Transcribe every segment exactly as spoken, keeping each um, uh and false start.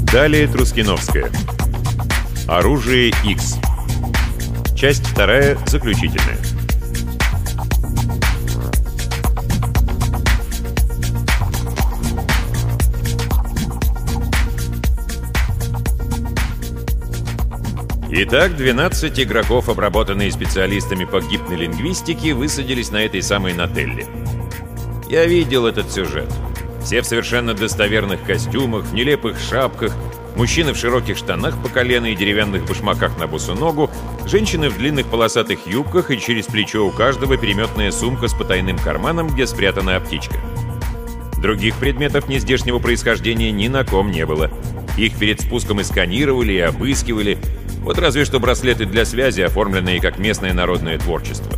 Далее Трускиновская. Оружие Икс. Часть вторая, заключительная. Итак, двенадцать игроков, обработанные специалистами по гипнолингвистике, высадились на этой самой Нателле. Я видел этот сюжет. Все в совершенно достоверных костюмах, в нелепых шапках, мужчины в широких штанах по колено и деревянных башмаках на босу ногу, женщины в длинных полосатых юбках, и через плечо у каждого переметная сумка с потайным карманом, где спрятана аптечка. Других предметов нездешнего происхождения ни на ком не было. Их перед спуском и сканировали, и обыскивали. Вот разве что браслеты для связи, оформленные как местное народное творчество.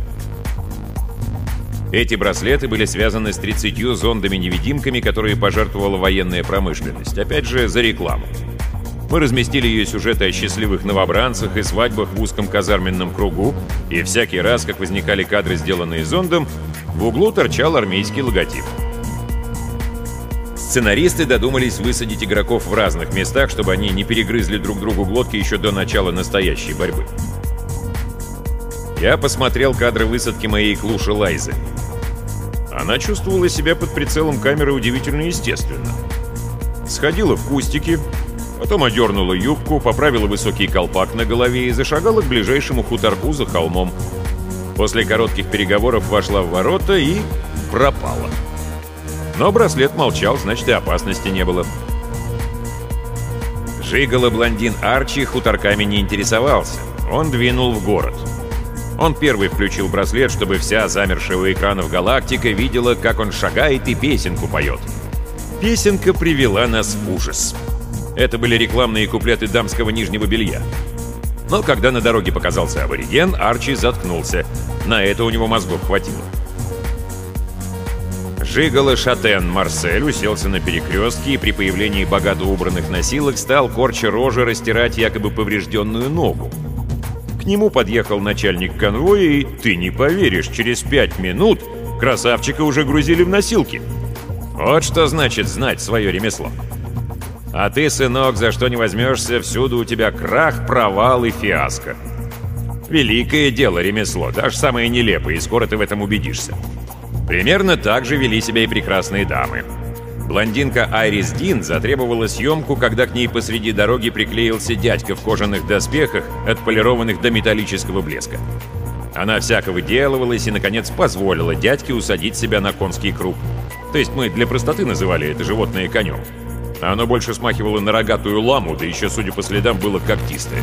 Эти браслеты были связаны с тридцатью зондами-невидимками, которые пожертвовала военная промышленность. Опять же, за рекламу. Мы разместили ее сюжеты о счастливых новобранцах и свадьбах в узком казарменном кругу, и всякий раз, как возникали кадры, сделанные зондом, в углу торчал армейский логотип. Сценаристы додумались высадить игроков в разных местах, чтобы они не перегрызли друг другу глотки еще до начала настоящей борьбы. Я посмотрел кадры высадки моей клуши Лайзы. Она чувствовала себя под прицелом камеры удивительно естественно. Сходила в кустики, потом одернула юбку, поправила высокий колпак на голове и зашагала к ближайшему хуторку за холмом. После коротких переговоров вошла в ворота и пропала. Но браслет молчал, значит, и опасности не было. Жигало-блондин Арчи хуторками не интересовался. Он двинул в город. Он первый включил браслет, чтобы вся замершая у экранов галактика видела, как он шагает и песенку поет. Песенка привела нас в ужас. Это были рекламные куплеты дамского нижнего белья. Но когда на дороге показался абориген, Арчи заткнулся. На это у него мозгов хватило. Жигало-шатен Марсель уселся на перекрестке и при появлении богато убранных носилок стал, корча рожи, растирать якобы поврежденную ногу. К нему подъехал начальник конвоя, и, ты не поверишь, через пять минут красавчика уже грузили в носилки. Вот что значит знать свое ремесло. А ты, сынок, за что не возьмешься, всюду у тебя крах, провал и фиаско. Великое дело ремесло, даже самое нелепое, и скоро ты в этом убедишься. Примерно так же вели себя и прекрасные дамы. Блондинка Айрис Дин затребовала съемку, когда к ней посреди дороги приклеился дядька в кожаных доспехах, отполированных до металлического блеска. Она всяко выделывалась и, наконец, позволила дядьке усадить себя на конский круп. То есть мы для простоты называли это животное конем. А оно больше смахивало на рогатую ламу, да еще, судя по следам, было когтистое.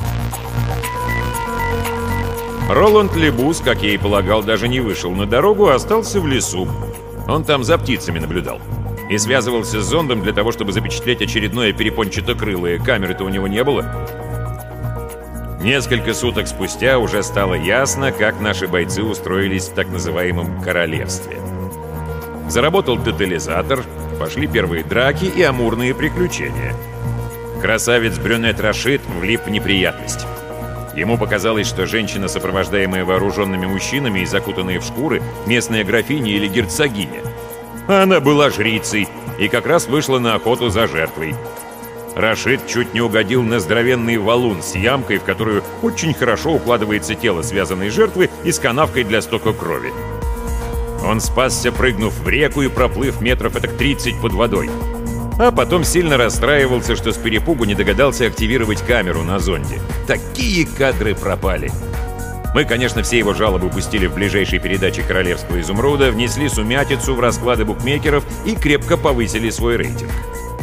Роланд Лебус, как я и полагал, даже не вышел на дорогу, а остался в лесу. Он там за птицами наблюдал. И связывался с зондом для того, чтобы запечатлеть очередное перепончатокрылое. Камеры-то у него не было. Несколько суток спустя уже стало ясно, как наши бойцы устроились в так называемом королевстве. Заработал тотализатор, пошли первые драки и амурные приключения. Красавец-брюнет Рашид влип в неприятность. Ему показалось, что женщина, сопровождаемая вооруженными мужчинами и закутанная в шкуры, местная графиня или герцогиня. Она была жрицей и как раз вышла на охоту за жертвой. Рашид чуть не угодил на здоровенный валун с ямкой, в которую очень хорошо укладывается тело связанной жертвы, и с канавкой для стока крови. Он спасся, прыгнув в реку и проплыв метров этак тридцать под водой. А потом сильно расстраивался, что с перепугу не догадался активировать камеру на зонде. Такие кадры пропали. Мы, конечно, все его жалобы пустили в ближайшей передаче «Королевского изумруда», внесли сумятицу в расклады букмекеров и крепко повысили свой рейтинг.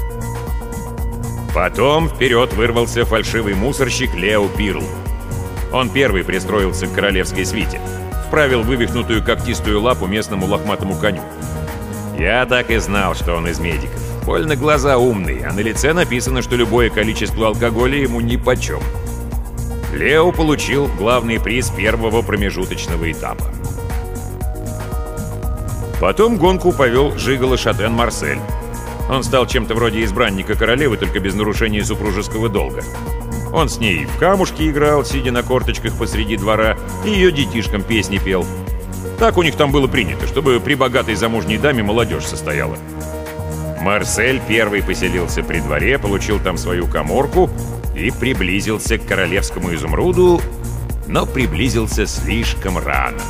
Потом вперед вырвался фальшивый мусорщик Лео Пирл. Он первый пристроился к королевской свите. Вправил вывихнутую когтистую лапу местному лохматому коню. Я так и знал, что он из медиков. Больно глаза умные, а на лице написано, что любое количество алкоголя ему нипочем. Лео получил главный приз первого промежуточного этапа. Потом гонку повел жигало-шатен Марсель. Он стал чем-то вроде избранника королевы, только без нарушения супружеского долга. Он с ней в камушки играл, сидя на корточках посреди двора, и ее детишкам песни пел. Так у них там было принято, чтобы при богатой замужней даме молодежь состояла. Марсель первый поселился при дворе, получил там свою каморку и приблизился к королевскому изумруду, но приблизился слишком рано.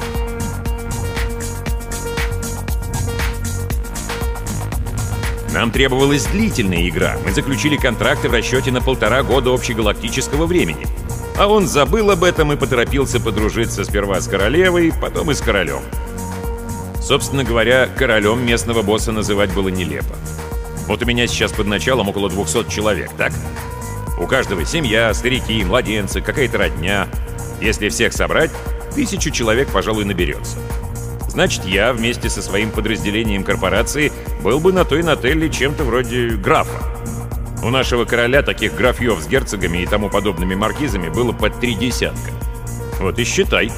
Нам требовалась длительная игра. Мы заключили контракты в расчете на полтора года общегалактического времени. А он забыл об этом и поторопился подружиться сперва с королевой, потом и с королем. Собственно говоря, королем местного босса называть было нелепо. Вот у меня сейчас под началом около двухсот человек, так? У каждого семья, старики, младенцы, какая-то родня. Если всех собрать, тысячу человек, пожалуй, наберется. Значит, я вместе со своим подразделением корпорации был бы на той Нателле чем-то вроде графа. У нашего короля таких графьев с герцогами и тому подобными маркизами было под три десятка. Вот и считай.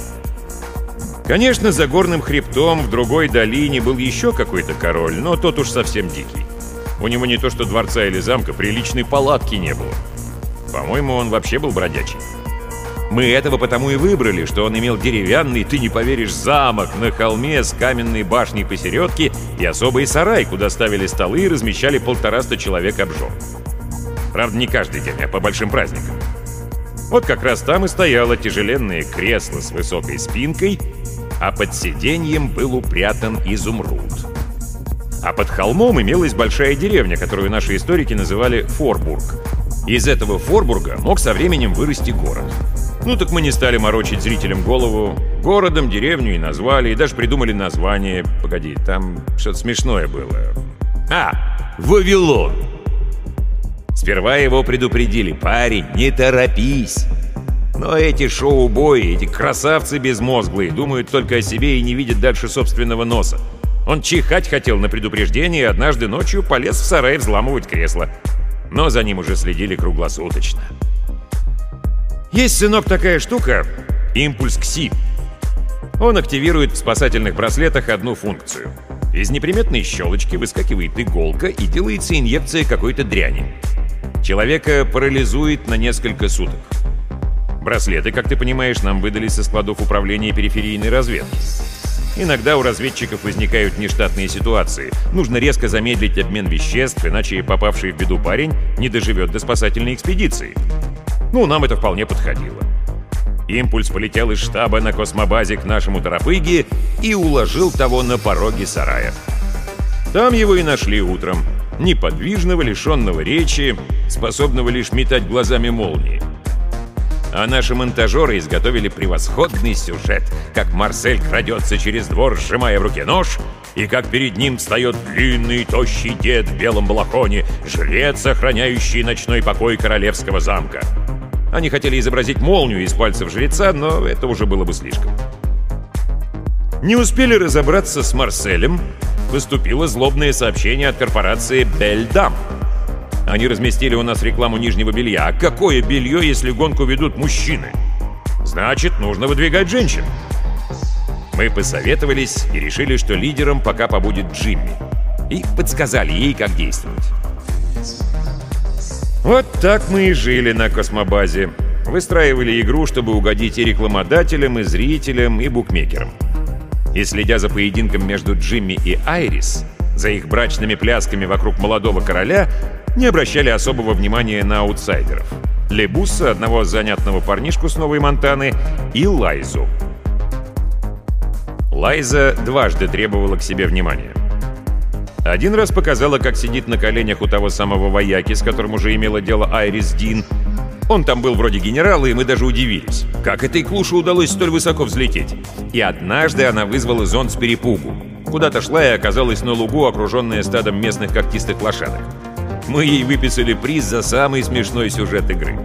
Конечно, за горным хребтом в другой долине был еще какой-то король, но тот уж совсем дикий. У него не то что дворца или замка, приличной палатки не было. По-моему, он вообще был бродячий. Мы этого потому и выбрали, что он имел деревянный, ты не поверишь, замок на холме с каменной башней посередке и особый сарай, куда ставили столы и размещали полтораста человек обжор. Правда, не каждый день, а по большим праздникам. Вот как раз там и стояло тяжеленное кресло с высокой спинкой, а под сиденьем был упрятан изумруд. А под холмом имелась большая деревня, которую наши историки называли Форбург. Из этого Форбурга мог со временем вырасти город. Ну так мы не стали морочить зрителям голову. Городом деревню и назвали, и даже придумали название. Погоди, там что-то смешное было. А, Вавилон. Сперва его предупредили: парень, не торопись. Но эти шоу-бои, эти красавцы безмозглые, думают только о себе и не видят дальше собственного носа. Он чихать хотел на предупреждение и однажды ночью полез в сарай взламывать кресло. Но за ним уже следили круглосуточно. Есть, сынок, такая штука — импульс КСИ. Он активирует в спасательных браслетах одну функцию. Из неприметной щелочки выскакивает иголка и делается инъекция какой-то дряни. Человека парализует на несколько суток. Браслеты, как ты понимаешь, нам выдали со складов управления периферийной разведки. Иногда у разведчиков возникают нештатные ситуации. Нужно резко замедлить обмен веществ, иначе попавший в беду парень не доживет до спасательной экспедиции. Ну, нам это вполне подходило. Импульс полетел из штаба на космобазе к нашему торопыге и уложил того на пороге сарая. Там его и нашли утром. Неподвижного, лишенного речи, способного лишь метать глазами молнии. А наши монтажеры изготовили превосходный сюжет, как Марсель крадется через двор, сжимая в руке нож, и как перед ним встает длинный, тощий дед в белом балахоне, жрец, охраняющий ночной покой королевского замка. Они хотели изобразить молнию из пальцев жреца, но это уже было бы слишком. Не успели разобраться с Марселем, поступило злобное сообщение от корпорации «Бельдам». Они разместили у нас рекламу нижнего белья. А какое белье, если гонку ведут мужчины? Значит, нужно выдвигать женщин. Мы посоветовались и решили, что лидером пока побудет Джимми. И подсказали ей, как действовать. Вот так мы и жили на космобазе. Выстраивали игру, чтобы угодить и рекламодателям, и зрителям, и букмекерам. И следя за поединком между Джимми и Айрис, за их брачными плясками вокруг молодого короля, не обращали особого внимания на аутсайдеров. Лебуса, одного занятного парнишку с Новой Монтаны, и Лайзу. Лайза дважды требовала к себе внимания. Один раз показала, как сидит на коленях у того самого вояки, с которым уже имела дело Айрис Дин. Он там был вроде генерала, и мы даже удивились, как этой клуше удалось столь высоко взлететь. И однажды она вызвала зонт с перепугу. Куда-то шла и оказалась на лугу, окруженная стадом местных когтистых лошадок. Мы ей выписали приз за самый смешной сюжет игры.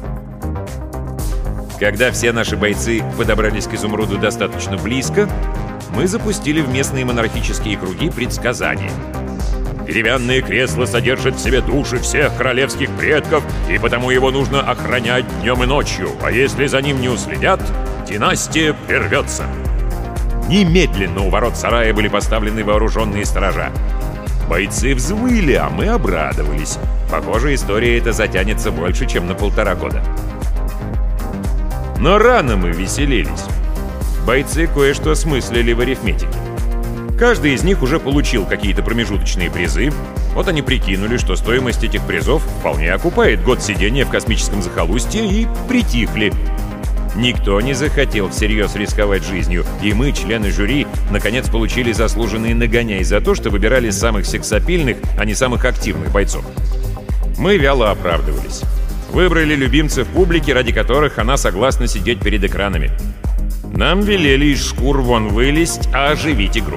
Когда все наши бойцы подобрались к изумруду достаточно близко, мы запустили в местные монархические круги предсказания. Деревянное кресло содержит в себе души всех королевских предков, и потому его нужно охранять днем и ночью, а если за ним не уследят, династия прервется. Немедленно у ворот сарая были поставлены вооруженные сторожа. Бойцы взвыли, а мы обрадовались. Похоже, история эта затянется больше, чем на полтора года. Но рано мы веселились. Бойцы кое-что смыслили в арифметике. Каждый из них уже получил какие-то промежуточные призы. Вот они прикинули, что стоимость этих призов вполне окупает год сидения в космическом захолустье, и притихли. Никто не захотел всерьез рисковать жизнью, и мы, члены жюри, наконец получили заслуженный нагоняй за то, что выбирали самых сексапильных, а не самых активных бойцов. Мы вяло оправдывались. Выбрали любимцев публики, ради которых она согласна сидеть перед экранами. Нам велели из шкур вон вылезть, а оживить игру.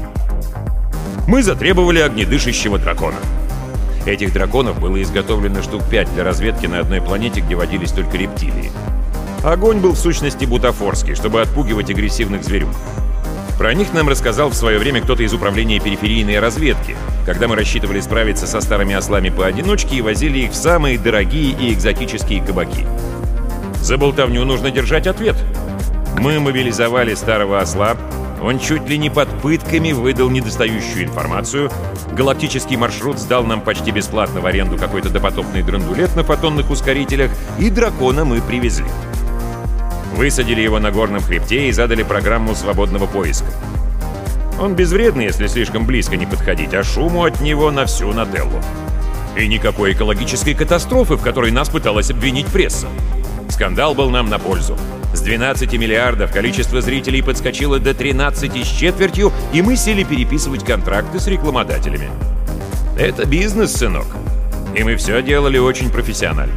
Мы затребовали огнедышащего дракона. Этих драконов было изготовлено штук пять для разведки на одной планете, где водились только рептилии. Огонь был в сущности бутафорский, чтобы отпугивать агрессивных зверюк. Про них нам рассказал в свое время кто-то из управления периферийной разведки, когда мы рассчитывали справиться со старыми ослами поодиночке и возили их в самые дорогие и экзотические кабаки. За болтовню нужно держать ответ. Мы мобилизовали старого осла, он чуть ли не под пытками выдал недостающую информацию, галактический маршрут сдал нам почти бесплатно в аренду какой-то допотопный драндулет на фотонных ускорителях, и дракона мы привезли. Высадили его на горном хребте и задали программу свободного поиска. Он безвредный, если слишком близко не подходить, а шуму от него на всю Нателлу. И никакой экологической катастрофы, в которой нас пыталась обвинить пресса. Скандал был нам на пользу. С двенадцати миллиардов количество зрителей подскочило до тринадцати с четвертью, и мы сели переписывать контракты с рекламодателями. Это бизнес, сынок. И мы все делали очень профессионально.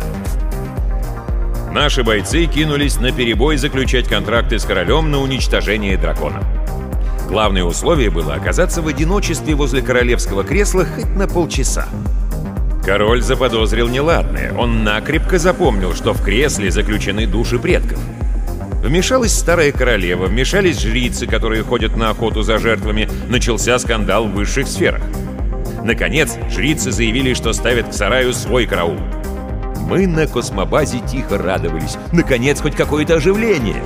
Наши бойцы кинулись наперебой заключать контракты с королем на уничтожение дракона. Главное условие было оказаться в одиночестве возле королевского кресла хоть на полчаса. Король заподозрил неладное. Он накрепко запомнил, что в кресле заключены души предков. Вмешалась старая королева, вмешались жрицы, которые ходят на охоту за жертвами. Начался скандал в высших сферах. Наконец, жрицы заявили, что ставят к сараю свой караул. Мы на космобазе тихо радовались. Наконец, хоть какое-то оживление.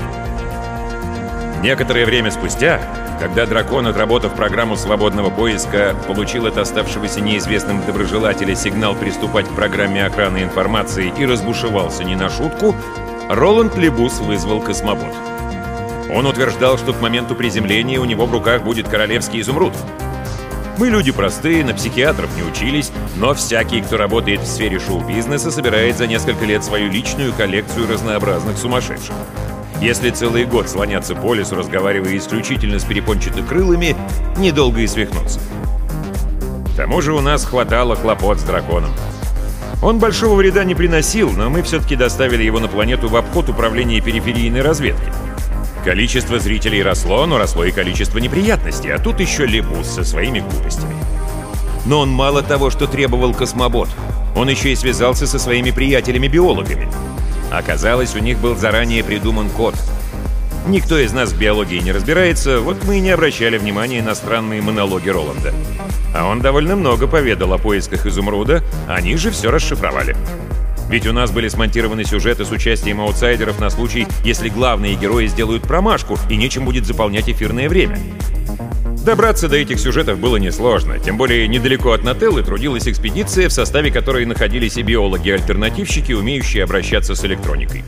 Некоторое время спустя, когда дракон, отработав программу свободного поиска, получил от оставшегося неизвестным доброжелателя сигнал приступать к программе охраны информации и разбушевался не на шутку, Роланд Лебус вызвал космобот. Он утверждал, что к моменту приземления у него в руках будет королевский изумруд. Мы люди простые, на психиатров не учились, но всякий, кто работает в сфере шоу-бизнеса, собирает за несколько лет свою личную коллекцию разнообразных сумасшедших. Если целый год слоняться по лесу, разговаривая исключительно с перепончатокрылыми, недолго и свихнуться. К тому же у нас хватало хлопот с драконом. Он большого вреда не приносил, но мы все-таки доставили его на планету в обход управления периферийной разведки. Количество зрителей росло, но росло и количество неприятностей, а тут еще Лебус со своими глупостями. Но он мало того, что требовал космобот, он еще и связался со своими приятелями-биологами. Оказалось, у них был заранее придуман код. Никто из нас в биологии не разбирается, вот мы и не обращали внимания на странные монологи Роланда. А он довольно много поведал о поисках изумруда, они же все расшифровали. Ведь у нас были смонтированы сюжеты с участием аутсайдеров на случай, если главные герои сделают промашку и нечем будет заполнять эфирное время. Добраться до этих сюжетов было несложно, тем более недалеко от Нателлы трудилась экспедиция, в составе которой находились и биологи-альтернативщики, умеющие обращаться с электроникой.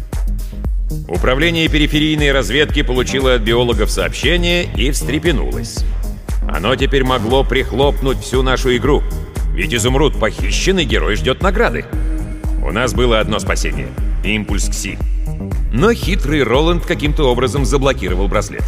Управление периферийной разведки получило от биологов сообщение и встрепенулось. Оно теперь могло прихлопнуть всю нашу игру, ведь изумруд похищен и герой ждет награды. У нас было одно спасение — импульс КСИ. Но хитрый Роланд каким-то образом заблокировал браслет.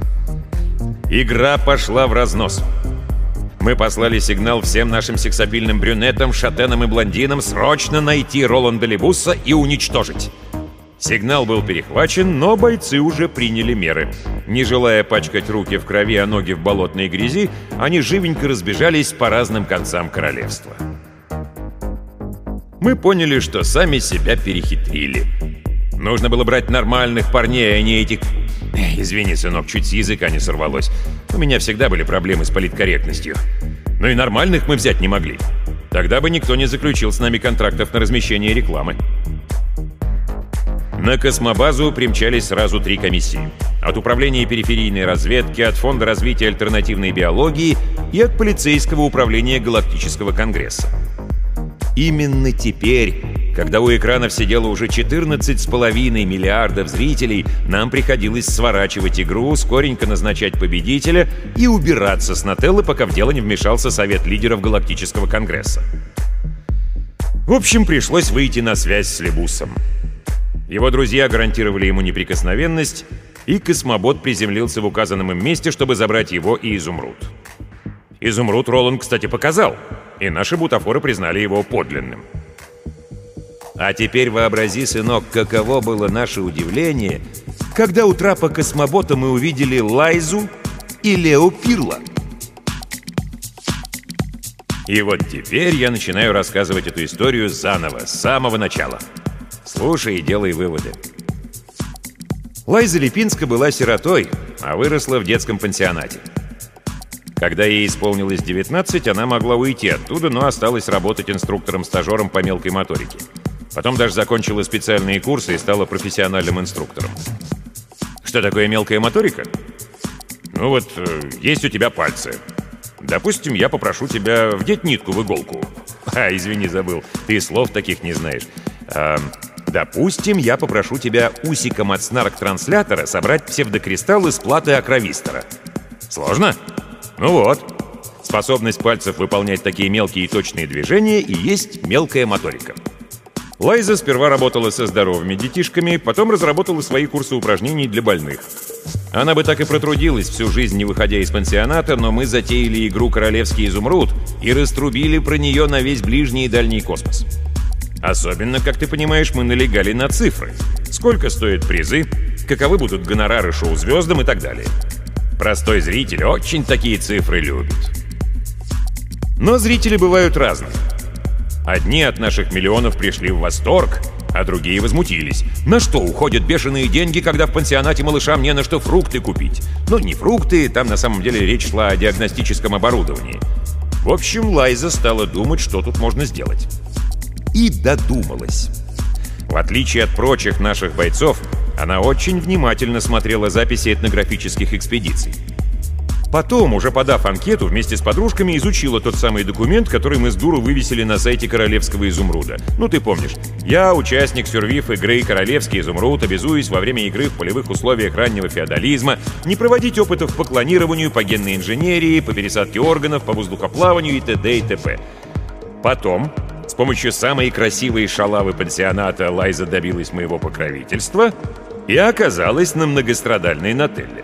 Игра пошла в разнос. Мы послали сигнал всем нашим сексапильным брюнетам, шатенам и блондинам срочно найти Роланда Лебуса и уничтожить. Сигнал был перехвачен, но бойцы уже приняли меры. Не желая пачкать руки в крови, а ноги в болотной грязи, они живенько разбежались по разным концам королевства. Мы поняли, что сами себя перехитрили. Нужно было брать нормальных парней, а не этих... Извини, сынок, чуть с языка не сорвалось. У меня всегда были проблемы с политкорректностью. Но и нормальных мы взять не могли. Тогда бы никто не заключил с нами контрактов на размещение рекламы. На космобазу примчались сразу три комиссии. От Управления периферийной разведки, от Фонда развития альтернативной биологии и от Полицейского управления Галактического конгресса. Именно теперь Когда у экранов сидело уже четырнадцать с половиной миллиардов зрителей, нам приходилось сворачивать игру, скоренько назначать победителя и убираться с Нателлы, пока в дело не вмешался Совет лидеров Галактического Конгресса. В общем, пришлось выйти на связь с Лебусом. Его друзья гарантировали ему неприкосновенность, и космобот приземлился в указанном им месте, чтобы забрать его и изумруд. Изумруд Роланд, кстати, показал, и наши бутафоры признали его подлинным. А теперь вообрази, сынок, каково было наше удивление, когда у трапа космобота мы увидели Лайзу и Лео Пирла. И вот теперь я начинаю рассказывать эту историю заново, с самого начала. Слушай и делай выводы. Лайза Липинска была сиротой, а выросла в детском пансионате. Когда ей исполнилось девятнадцать, она могла уйти оттуда, но осталась работать инструктором-стажером по мелкой моторике. Потом даже закончила специальные курсы и стала профессиональным инструктором. Что такое мелкая моторика? Ну вот, есть у тебя пальцы. Допустим, я попрошу тебя вдеть нитку в иголку. А, извини, забыл, ты слов таких не знаешь. А, допустим, я попрошу тебя усиком от снарк-транслятора собрать псевдокристалл из платы акровистера. Сложно? Ну вот. Способность пальцев выполнять такие мелкие и точные движения и есть мелкая моторика. Лайза сперва работала со здоровыми детишками, потом разработала свои курсы упражнений для больных. Она бы так и протрудилась всю жизнь, не выходя из пансионата, но мы затеяли игру «Королевский изумруд» и раструбили про нее на весь ближний и дальний космос. Особенно, как ты понимаешь, мы налегали на цифры. Сколько стоят призы, каковы будут гонорары шоу-звездам и так далее. Простой зритель очень такие цифры любит. Но зрители бывают разные. Одни от наших миллионов пришли в восторг, а другие возмутились. На что уходят бешеные деньги, когда в пансионате малышам не на что фрукты купить? Ну, не фрукты, там на самом деле речь шла о диагностическом оборудовании. В общем, Лайза стала думать, что тут можно сделать. И додумалась. В отличие от прочих наших бойцов, она очень внимательно смотрела записи этнографических экспедиций. Потом, уже подав анкету, вместе с подружками изучила тот самый документ, который мы с дуру вывесили на сайте Королевского изумруда. Ну, ты помнишь. Я, участник сюрвив игры «Королевский изумруд», обязуюсь во время игры в полевых условиях раннего феодализма не проводить опытов по клонированию, по генной инженерии, по пересадке органов, по воздухоплаванию и т.д. и т.п. Потом, с помощью самой красивой шалавы пансионата, Лайза добилась моего покровительства и оказалась на многострадальной Нателле.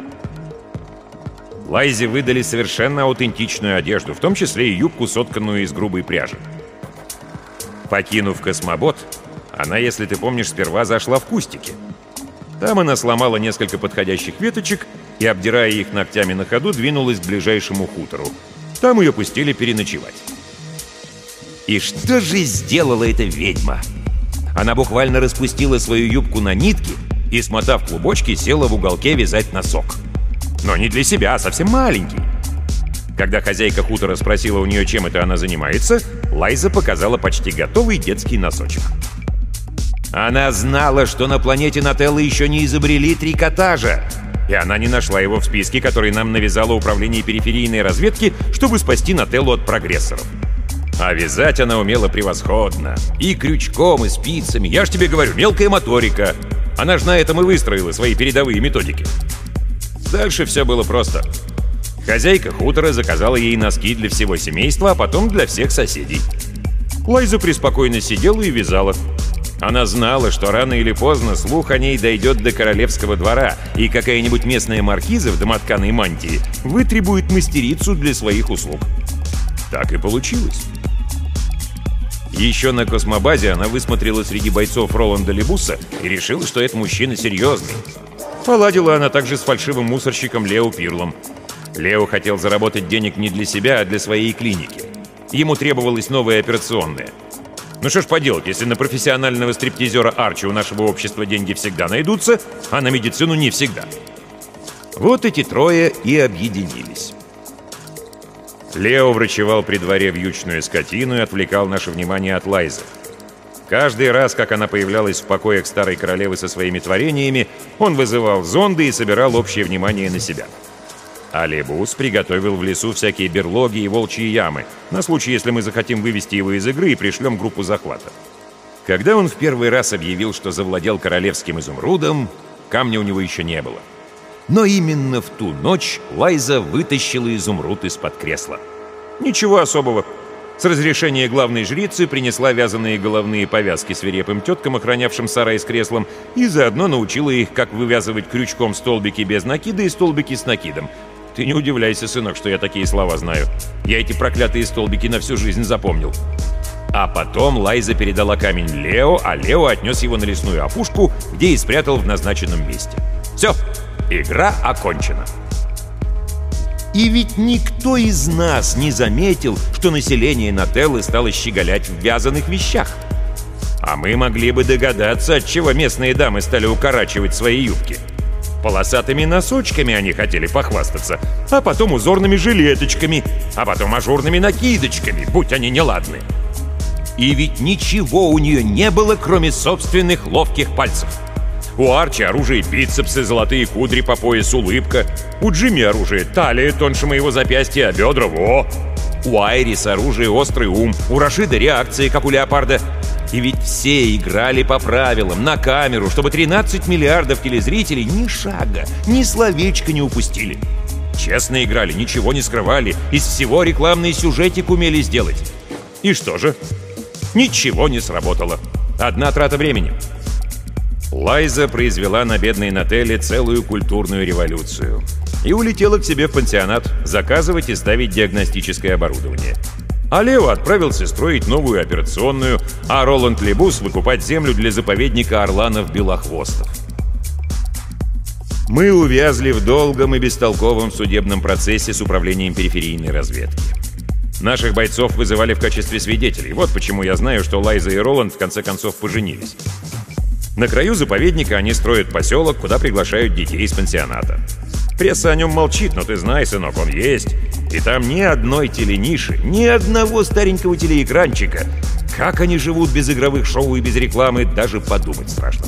Лайзе выдали совершенно аутентичную одежду, в том числе и юбку, сотканную из грубой пряжи. Покинув космобот, она, если ты помнишь, сперва зашла в кустики. Там она сломала несколько подходящих веточек и, обдирая их ногтями на ходу, двинулась к ближайшему хутору. Там ее пустили переночевать. И что же сделала эта ведьма? Она буквально распустила свою юбку на нитки и, смотав клубочки, села в уголке вязать носок. Но не для себя, а совсем маленький. Когда хозяйка хутора спросила у нее, чем это она занимается, Лайза показала почти готовый детский носочек. Она знала, что на планете Нателла еще не изобрели трикотажа, и она не нашла его в списке, который нам навязало управление периферийной разведки, чтобы спасти Нателлу от прогрессоров. А вязать она умела превосходно. И крючком, и спицами. Я ж тебе говорю, мелкая моторика. Она ж на этом и выстроила свои передовые методики. Дальше все было просто. Хозяйка хутора заказала ей носки для всего семейства, а потом для всех соседей. Лайза преспокойно сидела и вязала. Она знала, что рано или поздно слух о ней дойдет до королевского двора, и какая-нибудь местная маркиза в домотканой мантии вытребует мастерицу для своих услуг. Так и получилось. Еще на космобазе она высмотрела среди бойцов Роланда Лебуса и решила, что это мужчина серьезный. Поладила она также с фальшивым мусорщиком Лео Пирлом. Лео хотел заработать денег не для себя, а для своей клиники. Ему требовалась новая операционная. Ну что ж поделать, если на профессионального стриптизера Арчи у нашего общества деньги всегда найдутся, а на медицину не всегда. Вот эти трое и объединились. Лео врачевал при дворе вьючную скотину и отвлекал наше внимание от Лайзы. Каждый раз, как она появлялась в покоях старой королевы со своими творениями, он вызывал зонды и собирал общее внимание на себя. А Лебус приготовил в лесу всякие берлоги и волчьи ямы, на случай, если мы захотим вывести его из игры и пришлем группу захвата. Когда он в первый раз объявил, что завладел королевским изумрудом, камня у него еще не было. Но именно в ту ночь Лайза вытащила изумруд из-под кресла. Ничего особого. С разрешения главной жрицы принесла вязаные головные повязки свирепым теткам, охранявшим сарай с креслом, и заодно научила их, как вывязывать крючком столбики без накида и столбики с накидом. Ты не удивляйся, сынок, что я такие слова знаю. Я эти проклятые столбики на всю жизнь запомнил. А потом Лайза передала камень Лео, а Лео отнес его на лесную опушку, где и спрятал в назначенном месте. Все, игра окончена. И ведь никто из нас не заметил, что население Нателлы стало щеголять в вязаных вещах. А мы могли бы догадаться, отчего местные дамы стали укорачивать свои юбки. Полосатыми носочками они хотели похвастаться, а потом узорными жилеточками, а потом ажурными накидочками, будь они неладны. И ведь ничего у нее не было, кроме собственных ловких пальцев. У Арчи оружие бицепсы, золотые кудри по пояс, улыбка. У Джимми оружие талия тоньше моего запястья, а бедра — во! У Айрис оружие острый ум, у Рашида реакции, как у леопарда. И ведь все играли по правилам, на камеру, чтобы тринадцать миллиардов телезрителей ни шага, ни словечка не упустили. Честно играли, ничего не скрывали, из всего рекламный сюжетик умели сделать. И что же? Ничего не сработало. Одна трата времени. Лайза произвела на бедной Нателле целую культурную революцию и улетела к себе в пансионат заказывать и ставить диагностическое оборудование. А Лео отправился строить новую операционную, а Роланд Лебус выкупать землю для заповедника орланов-белохвостов. Мы увязли в долгом и бестолковом судебном процессе с управлением периферийной разведки. Наших бойцов вызывали в качестве свидетелей. Вот почему я знаю, что Лайза и Роланд в конце концов поженились. На краю заповедника они строят поселок, куда приглашают детей из пансионата. Пресса о нем молчит, но ты знай, сынок, он есть. И там ни одной телениши, ни одного старенького телеэкранчика. Как они живут без игровых шоу и без рекламы, даже подумать страшно.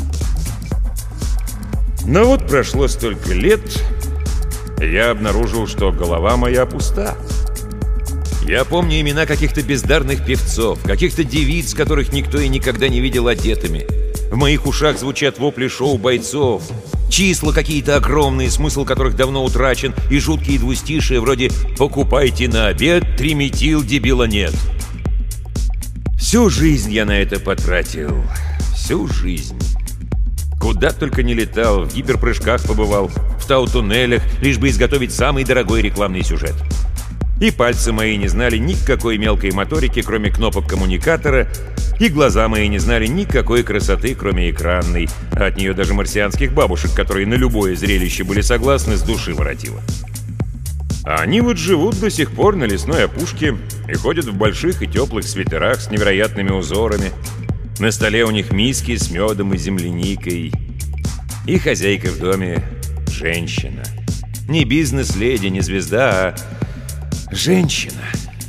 Но вот прошло столько лет, я обнаружил, что голова моя пуста. Я помню имена каких-то бездарных певцов, каких-то девиц, которых никто и никогда не видел одетыми. В моих ушах звучат вопли шоу-бойцов. Числа какие-то огромные, смысл которых давно утрачен, и жуткие двустишие вроде «покупайте на обед, триметил, дебила нет». Всю жизнь я на это потратил. Всю жизнь. Куда только не летал, в гиперпрыжках побывал, в тау-туннелях, лишь бы изготовить самый дорогой рекламный сюжет. И пальцы мои не знали никакой мелкой моторики, кроме кнопок коммуникатора, и глаза мои не знали никакой красоты, кроме экранной, а от нее даже марсианских бабушек, которые на любое зрелище были согласны, с души воротило. А они вот живут до сих пор на лесной опушке и ходят в больших и теплых свитерах с невероятными узорами. На столе у них миски с медом и земляникой. И хозяйка в доме — женщина. Не бизнес-леди, не звезда, а женщина.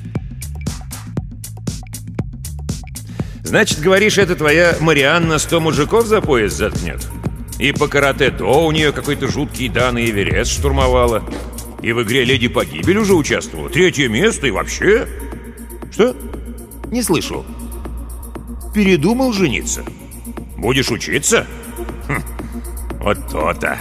Значит, говоришь, это твоя Марианна сто мужиков за пояс заткнет? И по карате-до у нее какой-то жуткий дан и Эверест штурмовала. И в игре «Леди Погибель» уже участвовала. Третье место и вообще... Что? Не слышу. Передумал жениться? Будешь учиться? Хм, вот то-то.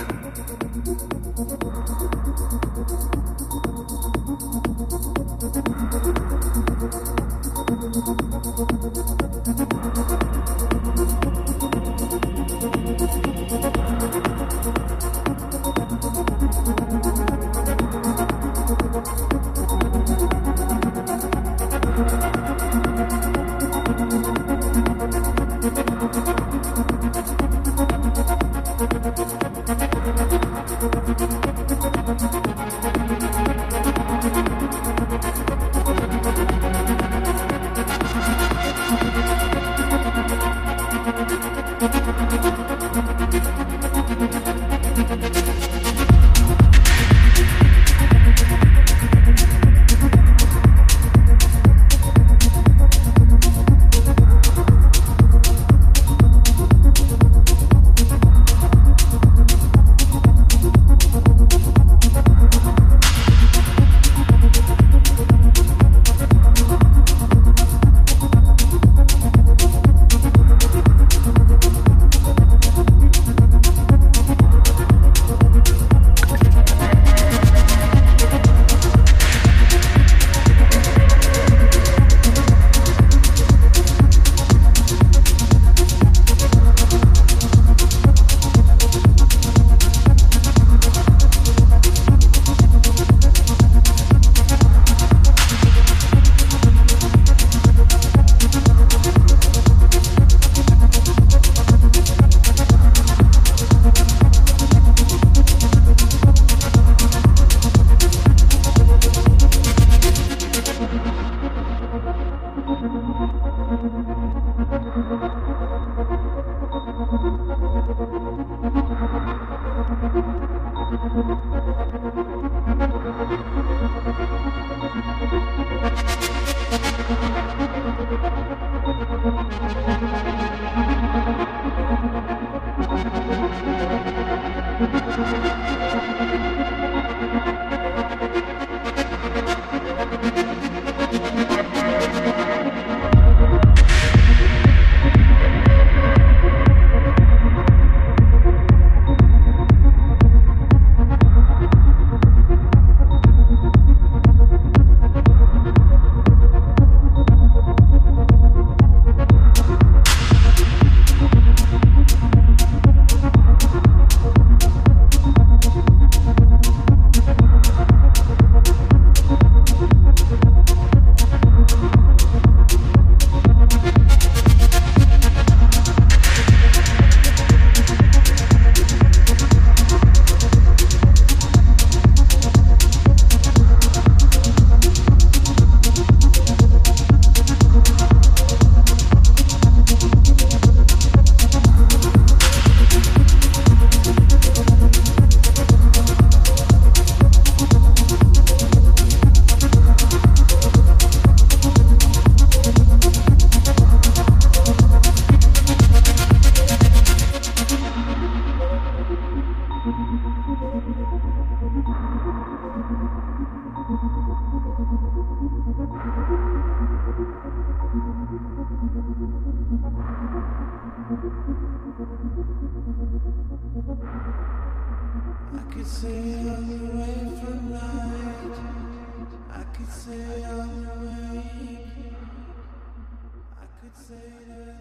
I could say I'm away from night. I could say I'm awake. I could say that